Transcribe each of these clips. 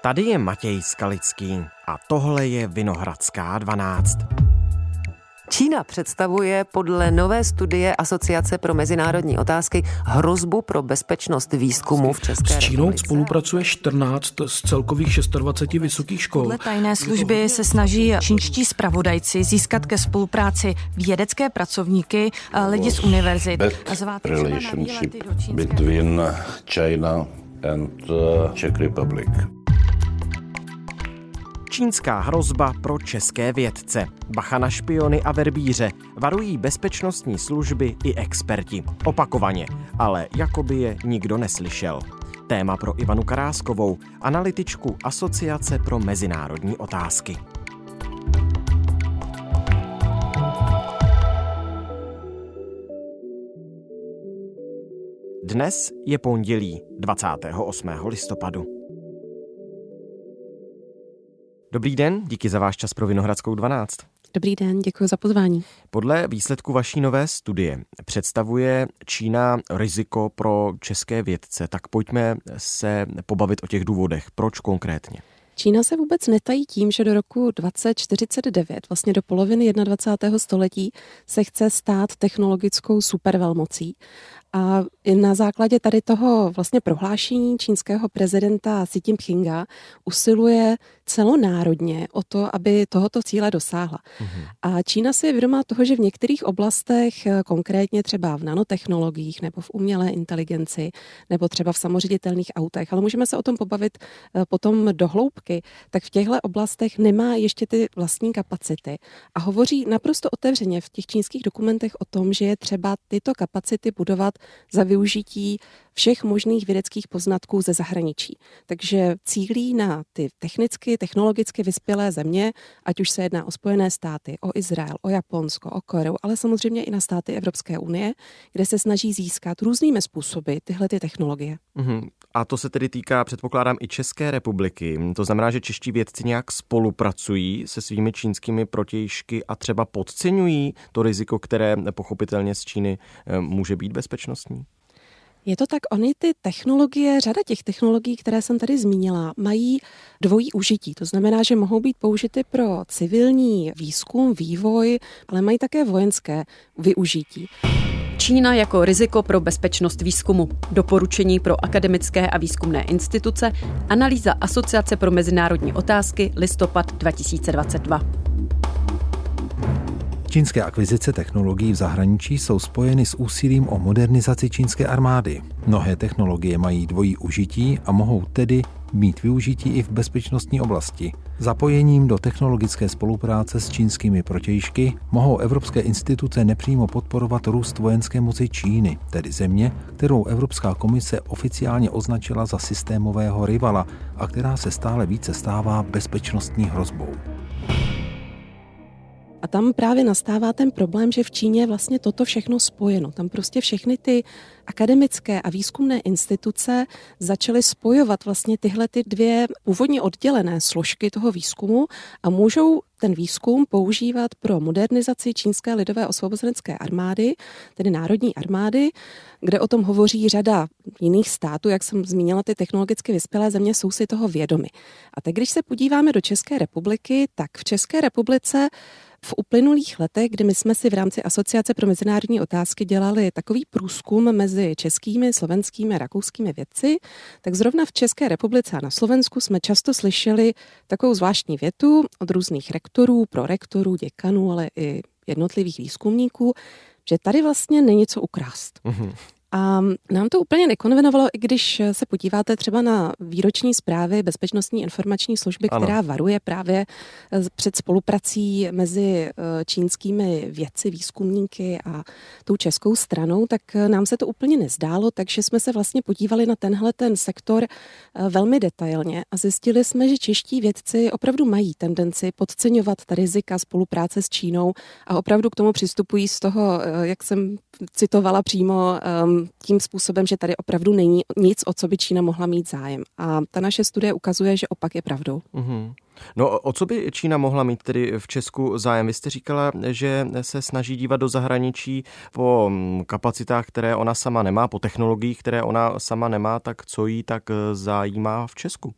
Tady je Matěj Skalický a tohle je Vinohradská 12. Čína představuje podle nové studie Asociace pro mezinárodní otázky hrozbu pro bezpečnost výzkumu v České republice. S Čínou spolupracuje 14 z celkových 26 vysokých škol. Podle tajné služby se snaží čínští zpravodajci získat ke spolupráci vědecké pracovníky, lidi z univerzit. Bad relationship between China and Czech Republic. Čínská hrozba pro české vědce. Bacha na špiony a verbíře. Varují bezpečnostní služby i experti. Opakovaně, ale jakoby je nikdo neslyšel. Téma pro Ivanu Karáskovou, analytičku Asociace pro mezinárodní otázky. Dnes je pondělí 28. listopadu. Dobrý den, díky za váš čas pro Vinohradskou 12. Dobrý den, děkuji za pozvání. Podle výsledku vaší nové studie představuje Čína riziko pro české vědce, tak pojďme se pobavit o těch důvodech. Proč konkrétně? Čína se vůbec netají tím, že do roku 2049, vlastně do poloviny 21. století, se chce stát technologickou supervelmocí. A na základě tady toho vlastně prohlášení čínského prezidenta Xi Jinpinga usiluje celonárodně o to, aby tohoto cíle dosáhla. A Čína si je vědomá toho, že v některých oblastech, konkrétně třeba v nanotechnologiích nebo v umělé inteligenci, nebo třeba v samoředitelných autech, ale můžeme se o tom pobavit potom do hloubky, tak v těchto oblastech nemá ještě ty vlastní kapacity. A hovoří naprosto otevřeně v těch čínských dokumentech o tom, že je třeba tyto kapacity budovat za využití všech možných vědeckých poznatků ze zahraničí. Takže cílí na ty technologicky vyspělé země, ať už se jedná o Spojené státy, o Izrael, o Japonsko, o Koreu, ale samozřejmě i na státy Evropské unie, kde se snaží získat různými způsoby tyhle ty technologie. A to se tedy týká, předpokládám, i České republiky. To znamená, že čeští vědci nějak spolupracují se svými čínskými protějšky a třeba podceňují to riziko, které pochopitelně z Číny může být bezpečnostní? Je to tak, ony ty technologie, řada těch technologií, které jsem tady zmínila, mají dvojí užití. To znamená, že mohou být použity pro civilní výzkum, vývoj, ale mají také vojenské využití. Čína jako riziko pro bezpečnost výzkumu. Doporučení pro akademické a výzkumné instituce. Analýza Asociace pro mezinárodní otázky listopad 2022. Čínské akvizice technologií v zahraničí jsou spojeny s úsilím o modernizaci čínské armády. Mnohé technologie mají dvojí užití a mohou tedy mít využití i v bezpečnostní oblasti. Zapojením do technologické spolupráce s čínskými protějšky mohou evropské instituce nepřímo podporovat růst vojenské moci Číny, tedy země, kterou Evropská komise oficiálně označila za systémového rivala a která se stále více stává bezpečnostní hrozbou. A tam právě nastává ten problém, že v Číně je vlastně toto všechno spojeno. Tam prostě všechny ty akademické a výzkumné instituce začaly spojovat vlastně tyhle ty dvě původně oddělené složky toho výzkumu a můžou ten výzkum používat pro modernizaci čínské lidové osvobozenecké armády, tedy národní armády, kde o tom hovoří řada jiných států, jak jsem zmínila, ty technologicky vyspělé země jsou si toho vědomy. A teď, když se podíváme do České republiky, tak v České republice v uplynulých letech, kdy my jsme si v rámci Asociace pro mezinárodní otázky dělali takový průzkum mezi českými, slovenskými a rakouskými vědci, tak zrovna v České republice a na Slovensku jsme často slyšeli takovou zvláštní větu od různých rektorů, prorektorů, děkanů, ale i jednotlivých výzkumníků, že tady vlastně není co ukrást. A nám to úplně nekonvenovalo, i když se podíváte třeba na výroční zprávy Bezpečnostní informační služby, která varuje právě před spoluprací mezi čínskými vědci, výzkumníky a tou českou stranou, tak nám se to úplně nezdálo, takže jsme se vlastně podívali na tenhle ten sektor velmi detailně a zjistili jsme, že čeští vědci opravdu mají tendenci podceňovat ta rizika spolupráce s Čínou a opravdu k tomu přistupují z toho, jak jsem citovala přímo, tím způsobem, že tady opravdu není nic, o co by Čína mohla mít zájem. A ta naše studie ukazuje, že opak je pravdou. No, o co by Čína mohla mít tedy v Česku zájem? Vy jste říkala, že se snaží dívat do zahraničí po kapacitách, které ona sama nemá, po technologiích, které ona sama nemá, tak co jí tak zajímá v Česku?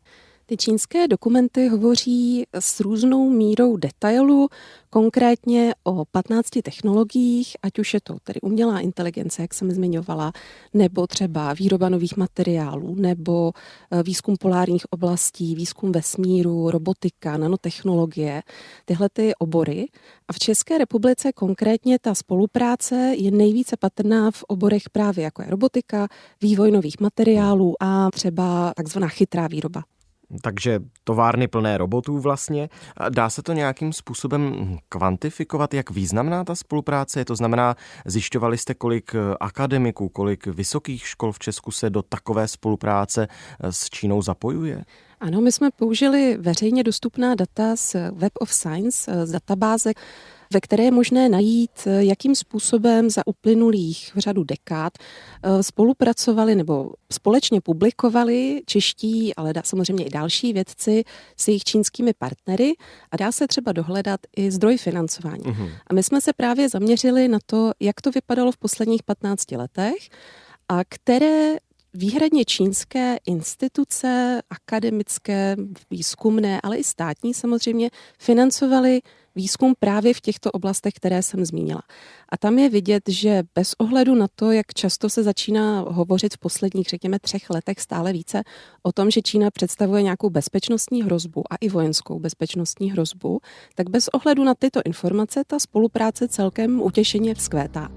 Ty čínské dokumenty hovoří s různou mírou detailu, konkrétně o 15 technologiích, ať už je to tedy umělá inteligence, jak jsem zmiňovala, nebo třeba výroba nových materiálů, nebo výzkum polárních oblastí, výzkum vesmíru, robotika, nanotechnologie, tyhle ty obory. A v České republice konkrétně ta spolupráce je nejvíce patrná v oborech právě jako je robotika, vývoj nových materiálů a třeba takzvaná chytrá výroba. Takže továrny plné robotů vlastně. Dá se to nějakým způsobem kvantifikovat, jak významná ta spolupráce je? To znamená, zjišťovali jste, kolik akademiků, kolik vysokých škol v Česku se do takové spolupráce s Čínou zapojuje? Ano, my jsme použili veřejně dostupná data z Web of Science, z databáze, ve které je možné najít, jakým způsobem za uplynulých řadu dekád spolupracovali nebo společně publikovali čeští, ale samozřejmě i další vědci s jejich čínskými partnery a dá se třeba dohledat i zdroj financování. A my jsme se právě zaměřili na to, jak to vypadalo v posledních 15 letech a které výhradně čínské instituce, akademické, výzkumné, ale i státní samozřejmě, financovaly výzkum právě v těchto oblastech, které jsem zmínila. A tam je vidět, že bez ohledu na to, jak často se začíná hovořit v posledních, řekněme, 3 letech stále více o tom, že Čína představuje nějakou bezpečnostní hrozbu a i vojenskou bezpečnostní hrozbu, tak bez ohledu na tyto informace ta spolupráce celkem utěšeně vzkvétá.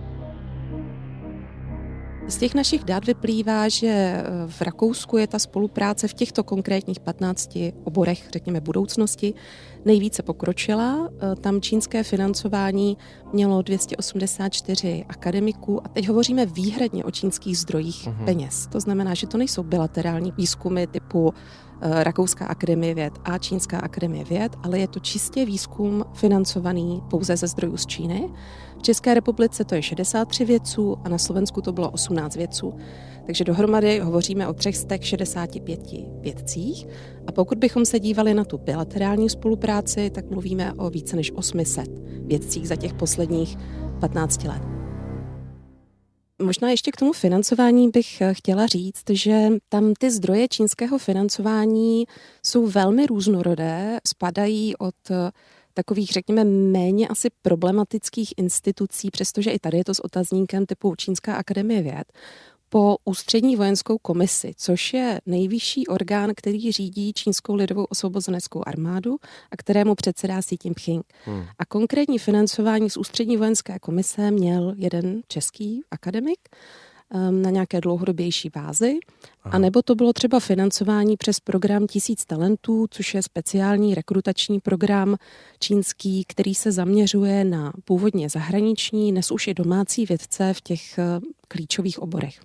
Z těch našich dat vyplývá, že v Rakousku je ta spolupráce v těchto konkrétních 15 oborech, řekněme budoucnosti, nejvíce pokročila. Tam čínské financování mělo 284 akademiků a teď hovoříme výhradně o čínských zdrojích peněz. To znamená, že to nejsou bilaterální výzkumy typu Rakouská akademie věd a Čínská akademie věd, ale je to čistě výzkum financovaný pouze ze zdrojů z Číny. V České republice to je 63 vědců a na Slovensku to bylo 18 vědců. Takže dohromady hovoříme o 365 vědcích. A pokud bychom se dívali na tu bilaterální spolupráci, tak mluvíme o více než 800 vědcích za těch posledních 15 let. Možná ještě k tomu financování bych chtěla říct, že tam ty zdroje čínského financování jsou velmi různorodé, spadají od takových, řekněme, méně asi problematických institucí, přestože i tady je to s otazníkem typu Čínská akademie věd, po Ústřední vojenskou komisi, což je nejvyšší orgán, který řídí Čínskou lidovou osvobozeneckou armádu a kterému předsedá Xi Jinping. A konkrétní financování z Ústřední vojenské komise měl jeden český akademik na nějaké dlouhodobější bázi, a nebo to bylo třeba financování přes program 1000 talentů, což je speciální rekrutační program čínský, který se zaměřuje na původně zahraniční, dnes už i domácí vědce v těch klíčových oborech.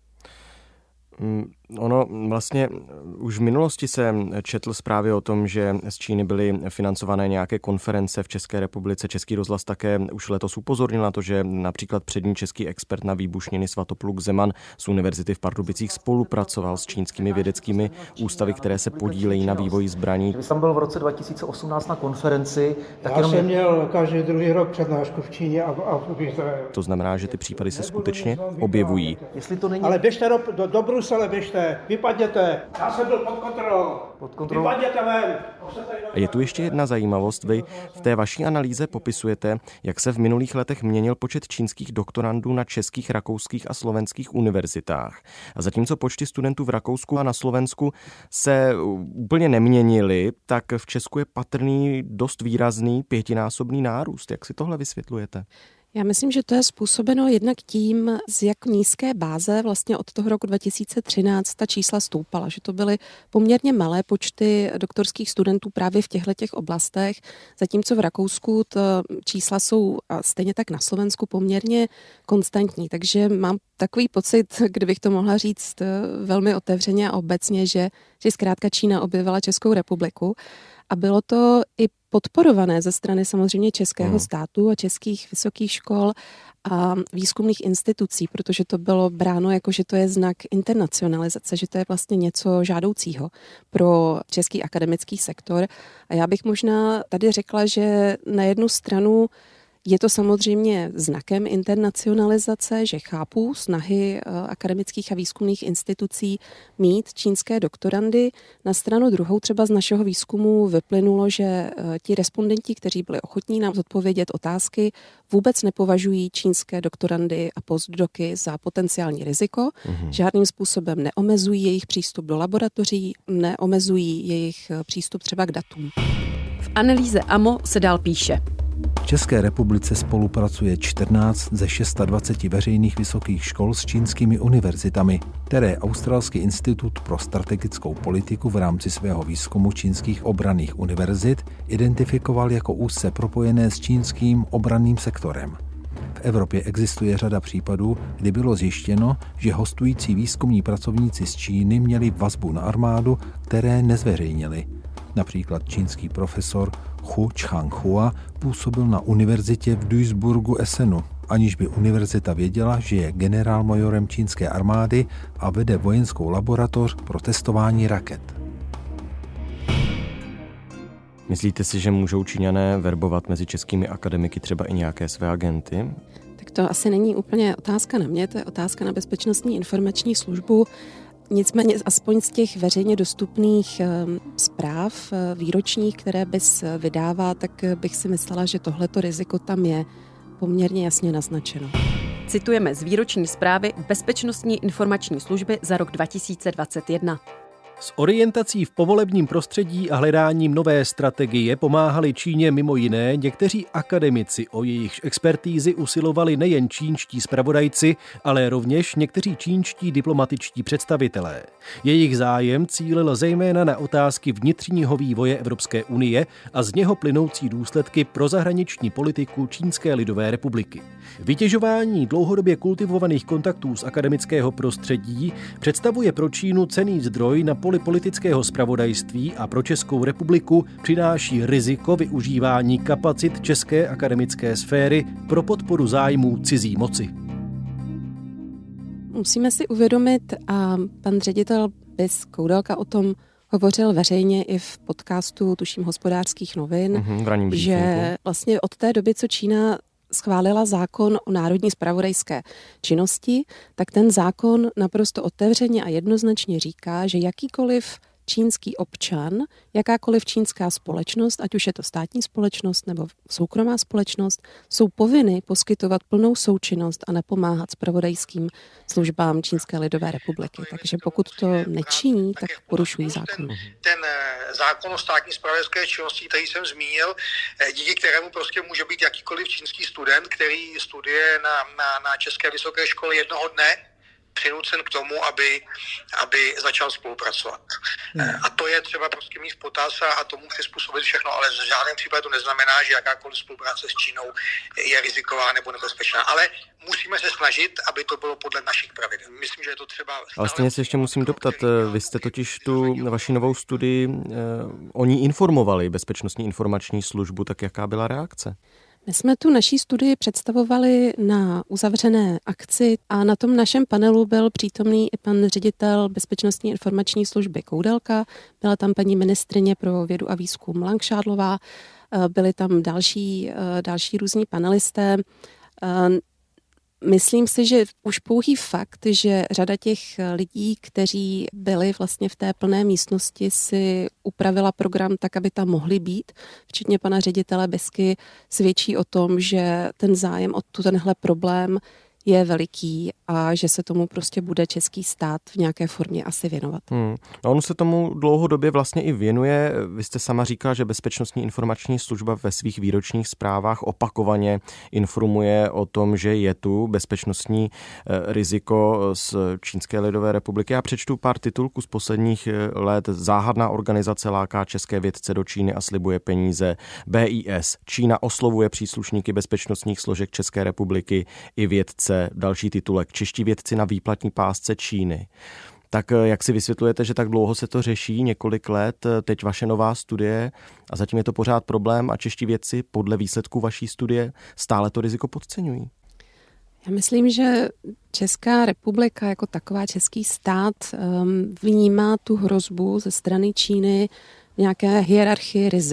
Ono vlastně už v minulosti se četl zprávy o tom, že z Číny byly financované nějaké konference v České republice. Český rozhlas také už letos upozornil na to, že například přední český expert na výbušniny Svatopluk Zeman z Univerzity v Pardubicích spolupracoval s čínskými vědeckými ústavy, které se podílejí na vývoji zbraní. Když jsem byl v roce 2018 na konferenci, tak já jsem měl každý druhý rok přednášku v Číně a v Izraeli. To znamená, že ty případy se skutečně objevují. Jestli to není... Ale běžte do Brusele, běžte, vypadněte. Já jsem byl pod kontrolou. Vypadněte ven. A je tu ještě jedna zajímavost. Vy v té vaší analýze popisujete, jak se v minulých letech měnil počet čínských doktorandů na českých, rakouských a slovenských univerzitách. A zatímco počty studentů v Rakousku a na Slovensku se úplně neměnily, tak v Česku je patrný dost výrazný 5násobný nárůst. Jak si tohle vysvětlujete? Já myslím, že to je způsobeno jednak tím, z jak nízké báze vlastně od toho roku 2013 ta čísla stoupala, že to byly poměrně malé počty doktorských studentů právě v těchto oblastech, zatímco v Rakousku čísla jsou a stejně tak na Slovensku poměrně konstantní, takže mám takový pocit, kdybych to mohla říct velmi otevřeně a obecně, že zkrátka Čína objevila Českou republiku. A bylo to i podporované ze strany samozřejmě českého státu a českých vysokých škol a výzkumných institucí, protože to bylo bráno jako, že to je znak internacionalizace, že to je vlastně něco žádoucího pro český akademický sektor. A já bych možná tady řekla, že na jednu stranu Je to samozřejmě znakem internacionalizace, že chápu snahy akademických a výzkumných institucí mít čínské doktorandy. Na stranu druhou třeba z našeho výzkumu vyplynulo, že ti respondenti, kteří byli ochotní nám zodpovědět otázky, vůbec nepovažují čínské doktorandy a postdoky za potenciální riziko. Žádným způsobem neomezují jejich přístup do laboratoří, neomezují jejich přístup třeba k datům. V analýze AMO se dál píše. V České republice spolupracuje 14 ze 26 veřejných vysokých škol s čínskými univerzitami, které Australský institut pro strategickou politiku v rámci svého výzkumu čínských obranných univerzit identifikoval jako úzce propojené s čínským obranným sektorem. V Evropě existuje řada případů, kdy bylo zjištěno, že hostující výzkumní pracovníci z Číny měli vazbu na armádu, které nezveřejnili. Například čínský profesor Hu Changhua působil na univerzitě v Duisburgu Essenu, aniž by univerzita věděla, že je generálmajorem čínské armády a vede vojenskou laboratoř pro testování raket. Myslíte si, že můžou Číňané verbovat mezi českými akademiky třeba i nějaké své agenty? Tak to asi není úplně otázka na mě, to je otázka na Bezpečnostní informační službu. Nicméně aspoň z těch veřejně dostupných zpráv výročních, které BIS vydává, tak bych si myslela, že tohleto riziko tam je poměrně jasně naznačeno. Citujeme z výroční zprávy Bezpečnostní informační služby za rok 2021. S orientací v povolebním prostředí a hledáním nové strategie pomáhali Číně mimo jiné někteří akademici, o jejichž expertízy usilovali nejen čínští zpravodajci, ale rovněž někteří čínští diplomatičtí představitelé. Jejich zájem cílil zejména na otázky vnitřního vývoje Evropské unie a z něho plynoucí důsledky pro zahraniční politiku Čínské lidové republiky. Vytěžování dlouhodobě kultivovaných kontaktů z akademického prostředí představuje pro Čínu cenný zdroj na poli politického zpravodajství a pro Českou republiku přináší riziko využívání kapacit české akademické sféry pro podporu zájmů cizí moci. Musíme si uvědomit, a pan ředitel BIS Koudelka o tom hovořil veřejně i v podcastu, tuším, Hospodářských novin, že vlastně od té doby, co Čína schválila zákon o národní zpravodajské činnosti, tak ten zákon naprosto otevřeně a jednoznačně říká, že jakýkoliv čínský občan, jakákoliv čínská společnost, ať už je to státní společnost nebo soukromá společnost, jsou povinny poskytovat plnou součinnost a napomáhat zpravodajským službám Čínské lidové republiky. Takže pokud to nečiní, tak porušují zákon. Ten zákon o státní zpravodajské činnosti, který jsem zmínil, díky kterému prostě může být jakýkoliv čínský student, který studuje na České vysoké škole jednoho dne, přinucen k tomu, aby začal spolupracovat. A to je třeba prostě mít v potaz a tomu přizpůsobit všechno, ale v žádném případě to neznamená, že jakákoliv spolupráce s Čínou je riziková nebo nebezpečná. Ale musíme se snažit, aby to bylo podle našich pravidel. Myslím, že je to třeba... Ale stejně se ještě musím doptat, vy jste totiž tu vaši novou studii, oni informovali Bezpečnostní informační službu, tak jaká byla reakce? My jsme tu naší studii představovali na uzavřené akci a na tom našem panelu byl přítomný i pan ředitel Bezpečnostní informační služby Koudelka, byla tam paní ministryně pro vědu a výzkum Langšádlová, byli tam další různí panelisté. Myslím si, že už pouhý fakt, že řada těch lidí, kteří byli vlastně v té plné místnosti, si upravila program tak, aby tam mohli být, včetně pana ředitele Bisky, svědčí o tom, že ten zájem o tenhle problém je veliký a že se tomu prostě bude český stát v nějaké formě asi věnovat. A on se tomu dlouhodobě vlastně i věnuje. Vy jste sama říkala, že Bezpečnostní informační služba ve svých výročních zprávách opakovaně informuje o tom, že je tu bezpečnostní riziko z Čínské lidové republiky. Já přečtu pár titulků z posledních let. Záhadná organizace láká české vědce do Číny a slibuje peníze. BIS. Čína oslovuje příslušníky bezpečnostních složek České republiky i vědce. Další titulek. Čeští vědci na výplatní pásce Číny. Tak jak si vysvětlujete, že tak dlouho se to řeší, několik let, teď vaše nová studie a zatím je to pořád problém a čeští vědci podle výsledků vaší studie stále to riziko podceňují? Já myslím, že Česká republika jako taková, český stát vnímá tu hrozbu ze strany Číny v nějaké hierarchii rizik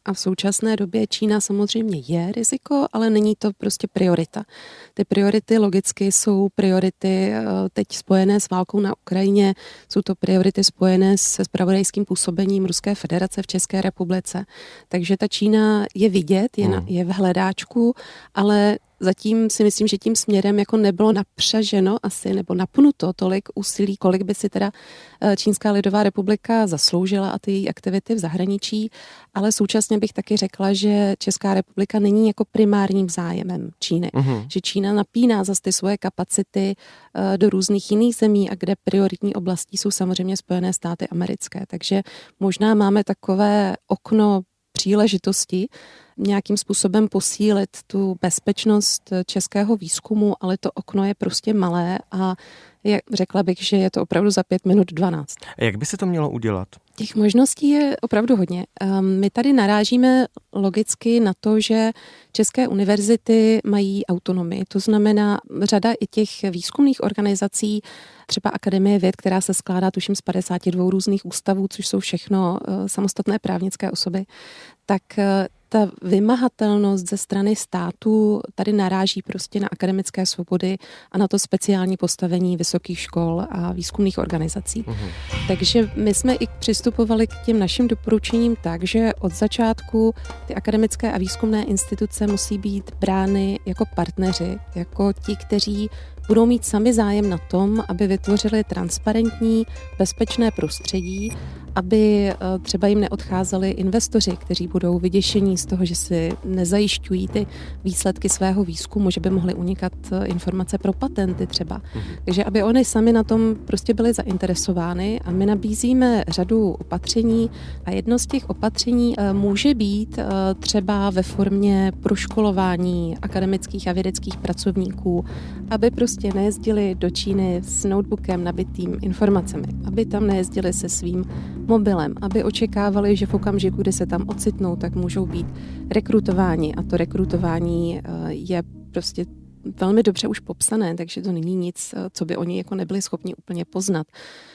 A v současné době Čína samozřejmě je riziko, ale není to prostě priorita. Ty priority logicky jsou priority teď spojené s válkou na Ukrajině, jsou to priority spojené se zpravodajským působením Ruské federace v České republice. Takže ta Čína je vidět, je v hledáčku, ale zatím si myslím, že tím směrem jako nebylo napřaženo asi nebo napnuto tolik úsilí, kolik by si teda Čínská lidová republika zasloužila a ty její aktivity v zahraničí, ale současně bych taky řekla, že Česká republika není jako primárním zájemem Číny. Že Čína napíná zase ty svoje kapacity do různých jiných zemí a kde prioritní oblastí jsou samozřejmě Spojené státy americké. Takže možná máme takové okno příležitosti nějakým způsobem posílit tu bezpečnost českého výzkumu, ale to okno je prostě malé a řekla bych, že je to opravdu za 5:12. A jak by se to mělo udělat? Těch možností je opravdu hodně. My tady narážíme logicky na to, že české univerzity mají autonomii. To znamená, řada i těch výzkumných organizací, třeba Akademie věd, která se skládá tuším z 52 různých ústavů, což jsou všechno samostatné právnické osoby, tak ta vymahatelnost ze strany státu tady naráží prostě na akademické svobody a na to speciální postavení vysokých škol a výzkumných organizací. Takže my jsme i přistupovali k těm našim doporučením tak, že od začátku ty akademické a výzkumné instituce musí být brány jako partneři, jako ti, kteří budou mít sami zájem na tom, aby vytvořili transparentní, bezpečné prostředí, aby třeba jim neodcházeli investoři, kteří budou vyděšení z toho, že si nezajišťují ty výsledky svého výzkumu, že by mohly unikat informace pro patenty třeba. Takže aby oni sami na tom prostě byli zainteresovány a my nabízíme řadu opatření a jedno z těch opatření může být třeba ve formě proškolování akademických a vědeckých pracovníků, aby prostě nejezdili do Číny s notebookem nabitým informacemi, aby tam nejezdili se svým mobilem, aby očekávali, že v okamžiku, kdy se tam ocitnou, tak můžou být rekrutováni a to rekrutování je prostě velmi dobře už popsané, takže to není nic, co by oni jako nebyli schopni úplně poznat.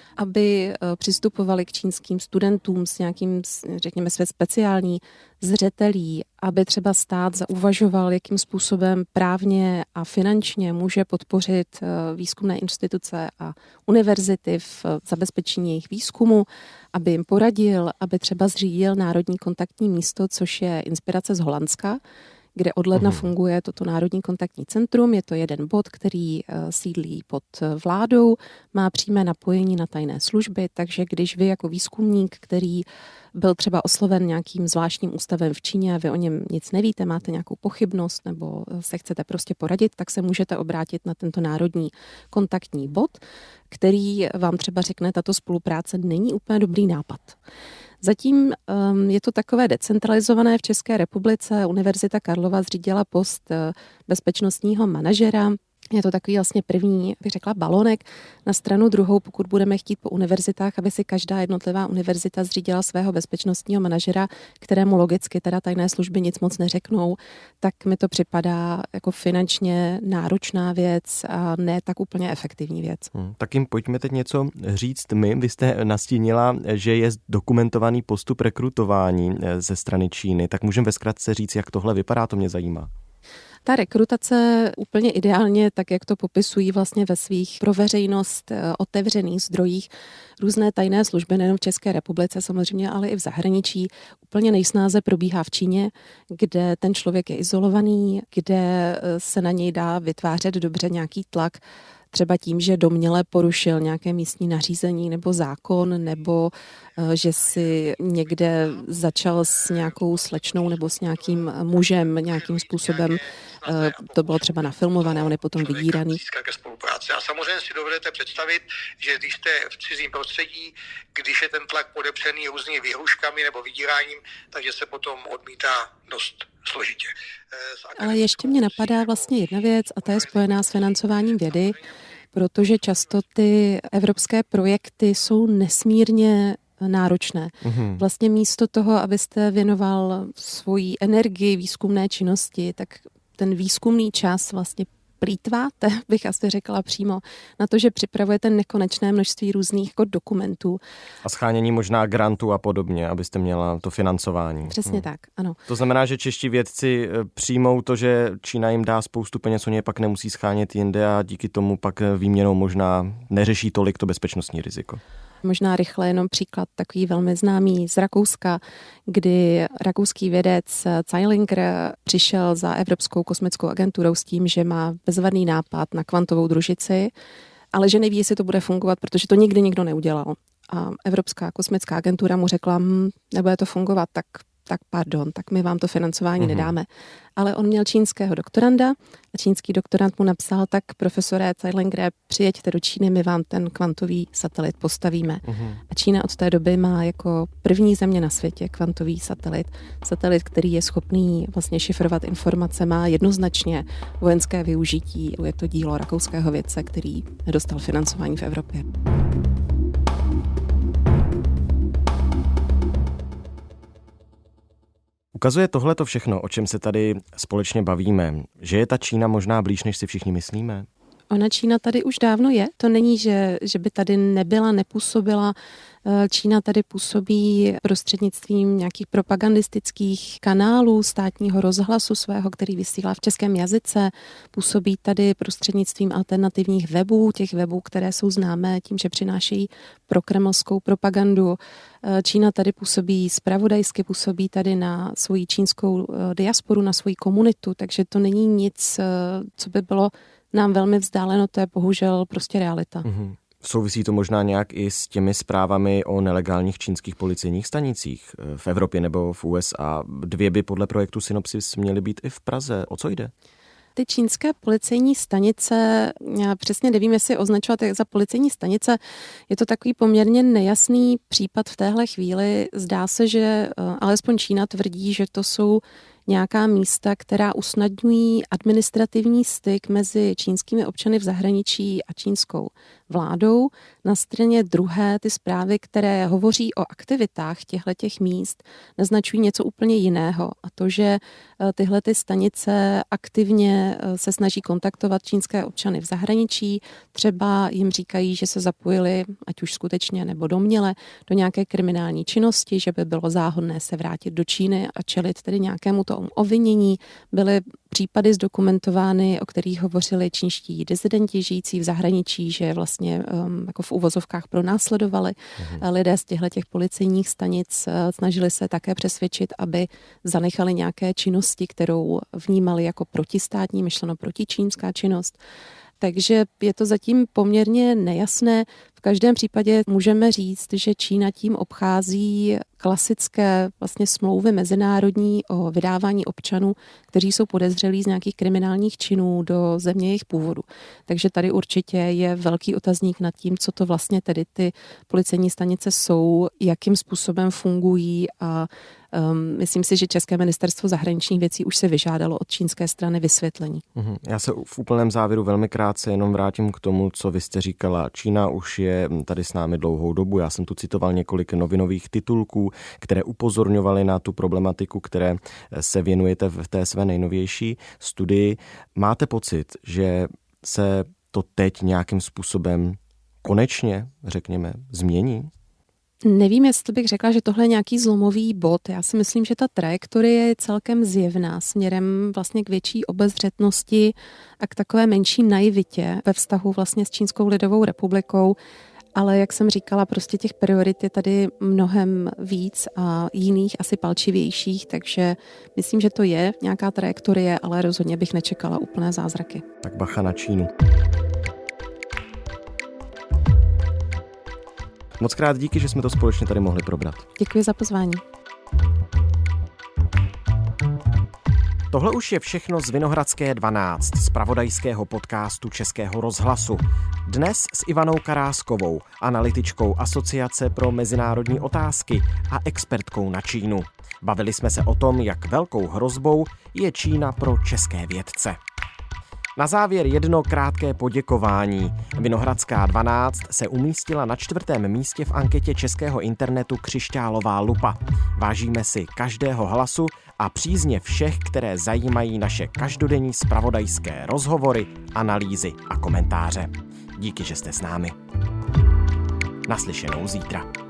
Aby přistupovali k čínským studentům s nějakým, řekněme, své speciální zřetelí, aby třeba stát zauvažoval, jakým způsobem právně a finančně může podpořit výzkumné instituce a univerzity v zabezpečení jejich výzkumu, aby jim poradil, aby třeba zřídil Národní kontaktní místo, což je inspirace z Holandska, kde od ledna funguje toto Národní kontaktní centrum. Je to jeden bod, který sídlí pod vládou, má přímé napojení na tajné služby, takže když vy jako výzkumník, který byl třeba osloven nějakým zvláštním ústavem v Číně a vy o něm nic nevíte, máte nějakou pochybnost nebo se chcete prostě poradit, tak se můžete obrátit na tento Národní kontaktní bod, který vám třeba řekne, tato spolupráce není úplně dobrý nápad. Zatím je to takové decentralizované v České republice. Univerzita Karlova zřídila post bezpečnostního manažera. Je to takový vlastně první, bych řekla, balonek. Na stranu druhou, pokud budeme chtít po univerzitách, aby si každá jednotlivá univerzita zřídila svého bezpečnostního manažera, kterému logicky teda tajné služby nic moc neřeknou, tak mi to připadá jako finančně náročná věc a ne tak úplně efektivní věc. Tak jim pojďme teď něco říct my. Vy jste nastínila, že je dokumentovaný postup rekrutování ze strany Číny. Tak můžeme ve zkratce říct, jak tohle vypadá, to mě zajímá. Ta rekrutace úplně ideálně, tak jak to popisují vlastně ve svých pro veřejnost otevřených zdrojích různé tajné služby, nejen v České republice samozřejmě, ale i v zahraničí, úplně nejsnáze probíhá v Číně, kde ten člověk je izolovaný, kde se na něj dá vytvářet dobře nějaký tlak, třeba tím, že domněle porušil nějaké místní nařízení nebo zákon, nebo že si někde začal s nějakou slečnou nebo s nějakým mužem nějakým způsobem, to bylo třeba nafilmované, on je potom vydíraný. A samozřejmě si dovedete představit, že když jste v cizím prostředí, když je ten tlak podepřený různými výhruškami nebo vydíráním, takže se potom odmítá dost složitě. Ale ještě mě napadá vlastně jedna věc a ta je spojená s financováním vědy, protože často ty evropské projekty jsou nesmírně náročné. Vlastně místo toho, abyste věnoval svoji energii výzkumné činnosti, tak ten výzkumný čas vlastně plýtváte, bych asi řekla přímo, na to, že připravujete nekonečné množství různých jako dokumentů. A schánění možná grantů a podobně, abyste měla to financování. Přesně tak, ano. To znamená, že čeští vědci přijmou to, že Čína jim dá spoustu peněz, oni je pak nemusí schánět jinde a díky tomu pak výměnou možná neřeší tolik to bezpečnostní riziko. Možná rychle jenom příklad takový velmi známý z Rakouska, kdy rakouský vědec Zeilinger přišel za Evropskou kosmickou agenturou s tím, že má bezvadný nápad na kvantovou družici, ale že neví, jestli to bude fungovat, protože to nikdy nikdo neudělal. A Evropská kosmická agentura mu řekla, nebude to fungovat, tak pardon, tak my vám to financování nedáme. Ale on měl čínského doktoranda a čínský doktorand mu napsal, tak profesore Zeilingere, přijeďte do Číny, my vám ten kvantový satelit postavíme. A Čína od té doby má jako první země na světě kvantový satelit, který je schopný vlastně šifrovat informace, má jednoznačně vojenské využití. Je to dílo rakouského vědce, který nedostal financování v Evropě. Ukazuje tohleto všechno, o čem se tady společně bavíme, že je ta Čína možná blíž, než si všichni myslíme? Ona Čína tady už dávno je. To není, že by tady nebyla, nepůsobila. Čína tady působí prostřednictvím nějakých propagandistických kanálů státního rozhlasu svého, který vysílá v českém jazyce. Působí tady prostřednictvím alternativních webů, těch webů, které jsou známé tím, že přinášejí prokremelskou propagandu. Čína tady působí zpravodajsky, působí tady na svoji čínskou diasporu, na svoji komunitu, takže to není nic, co by bylo nám velmi vzdáleno, to je bohužel prostě realita. Souvisí to možná nějak i s těmi zprávami o nelegálních čínských policejních stanicích v Evropě nebo v USA. 2 by podle projektu Synopsis měly být i v Praze. O co jde? Ty čínské policejní stanice, já přesně nevím, jestli označovat za policejní stanice, je to takový poměrně nejasný případ v téhle chvíli. Zdá se, že alespoň Čína tvrdí, že to jsou nějaká místa, která usnadňují administrativní styk mezi čínskými občany v zahraničí a čínskou vládou. Na straně druhé ty zprávy, které hovoří o aktivitách těchto míst, naznačují něco úplně jiného. A to, že tyhle ty stanice aktivně se snaží kontaktovat čínské občany v zahraničí, třeba jim říkají, že se zapojili, ať už skutečně nebo domněle, do nějaké kriminální činnosti, že by bylo záhodné se vrátit do Číny a čelit tedy nějakému tomu obvinění. Byly případy zdokumentovány, o kterých hovořili čínští disidenti žijící v zahraničí, že vlastně jako v uvozovkách pronásledovali lidé z těchto policejních stanic, snažili se také přesvědčit, aby zanechali nějaké činnosti, kterou vnímali jako protistátní, myšleno protičínská činnost. Takže je to zatím poměrně nejasné. V každém případě můžeme říct, že Čína tím obchází klasické vlastně smlouvy mezinárodní o vydávání občanů, kteří jsou podezřelí z nějakých kriminálních činů do země jejich původu. Takže tady určitě je velký otazník nad tím, co to vlastně tedy ty policejní stanice jsou, jakým způsobem fungují a myslím si, že České ministerstvo zahraničních věcí už se vyžádalo od čínské strany vysvětlení. Já se v úplném závěru velmi krátce jenom vrátím k tomu, co vy jste říkala. Čína už je tady s námi dlouhou dobu. Já jsem tu citoval několik novinových titulků, které upozorňovaly na tu problematiku, které se věnujete v té své nejnovější studii. Máte pocit, že se to teď nějakým způsobem konečně, řekněme, změní? Nevím, jestli bych řekla, že tohle je nějaký zlomový bod. Já si myslím, že ta trajektorie je celkem zjevná směrem vlastně k větší obezřetnosti a k takové menší naivitě ve vztahu vlastně s Čínskou lidovou republikou. Ale jak jsem říkala, prostě těch priorit je tady mnohem víc a jiných asi palčivějších, takže myslím, že to je nějaká trajektorie, ale rozhodně bych nečekala úplné zázraky. Tak bacha na Čínu. Moc krát díky, že jsme to společně tady mohli probrat. Děkuji za pozvání. Tohle už je všechno z Vinohradské 12, z zpravodajského podcastu Českého rozhlasu. Dnes s Ivanou Karáskovou, analytičkou Asociace pro mezinárodní otázky a expertkou na Čínu. Bavili jsme se o tom, jak velkou hrozbou je Čína pro české vědce. Na závěr jedno krátké poděkování. Vinohradská 12 se umístila na 4. místě v anketě českého internetu Křišťálová lupa. Vážíme si každého hlasu a přízně všech, které zajímají naše každodenní zpravodajské rozhovory, analýzy a komentáře. Díky, že jste s námi. Naslyšenou zítra.